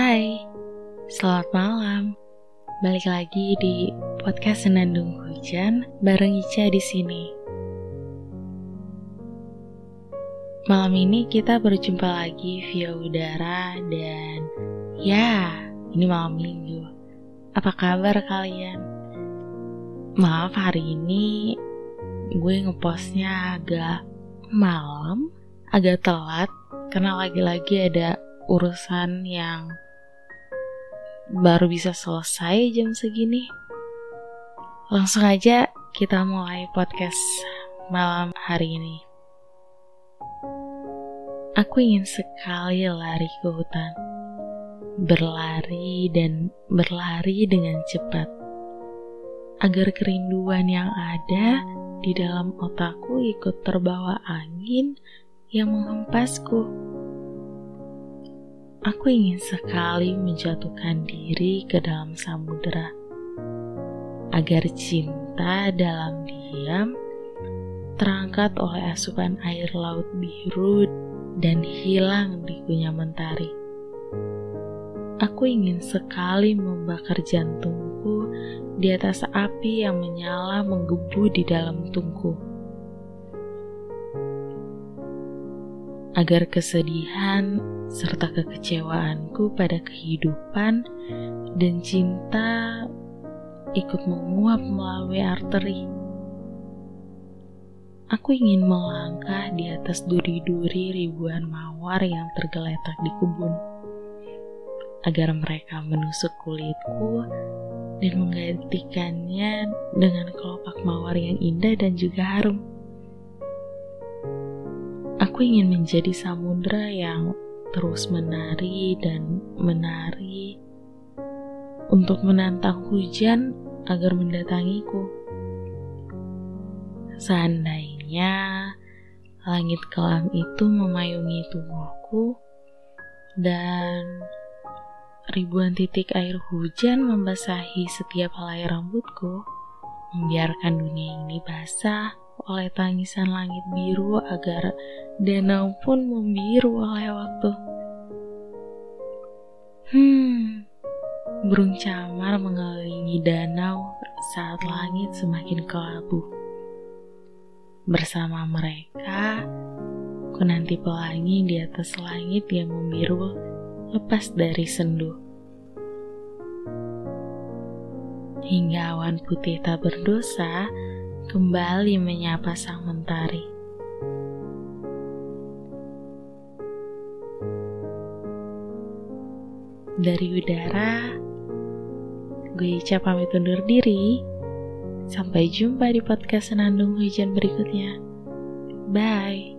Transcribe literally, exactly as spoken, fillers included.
Hai, selamat malam. Balik lagi di podcast Senandung Hujan bareng Ica di sini. Malam ini kita berjumpa lagi via udara dan ya, ini malam minggu. Apa kabar kalian? Maaf, hari ini gue ngepostnya agak malam, agak telat karena lagi-lagi ada urusan yang baru bisa selesai jam segini. Langsung aja kita mulai podcast malam hari ini. Aku ingin sekali lari ke hutan, berlari dan berlari dengan cepat, agar kerinduan yang ada di dalam otakku ikut terbawa angin yang menghempasku. Aku ingin sekali menjatuhkan diri ke dalam samudera, agar cinta dalam diam terangkat oleh asupan air laut biru dan hilang di kunyah mentari. Aku ingin sekali membakar jantungku di atas api yang menyala menggebu di dalam tungku, agar kesedihan serta kekecewaanku pada kehidupan dan cinta ikut menguap melalui arteri. Aku ingin melangkah di atas duri-duri ribuan mawar yang tergeletak di kebun, agar mereka menusuk kulitku dan menggantikannya dengan kelopak mawar yang indah dan juga harum. Aku ingin menjadi samudera yang terus menari dan menari untuk menantang hujan agar mendatangiku. Seandainya langit kelam itu memayungi tubuhku dan ribuan titik air hujan membasahi setiap helai rambutku, membiarkan dunia ini basah oleh tangisan langit biru agar danau pun membiru oleh waktu. Hmm, burung camar mengelilingi danau saat langit semakin kelabu. Bersama mereka, ku nanti pelangi di atas langit yang membiru lepas dari sendu. Hingga awan putih tak berdosa kembali menyapa sang mentari. Dari udara, gue Ica pamit undur diri. Sampai jumpa di podcast Senandung Hujan berikutnya. Bye.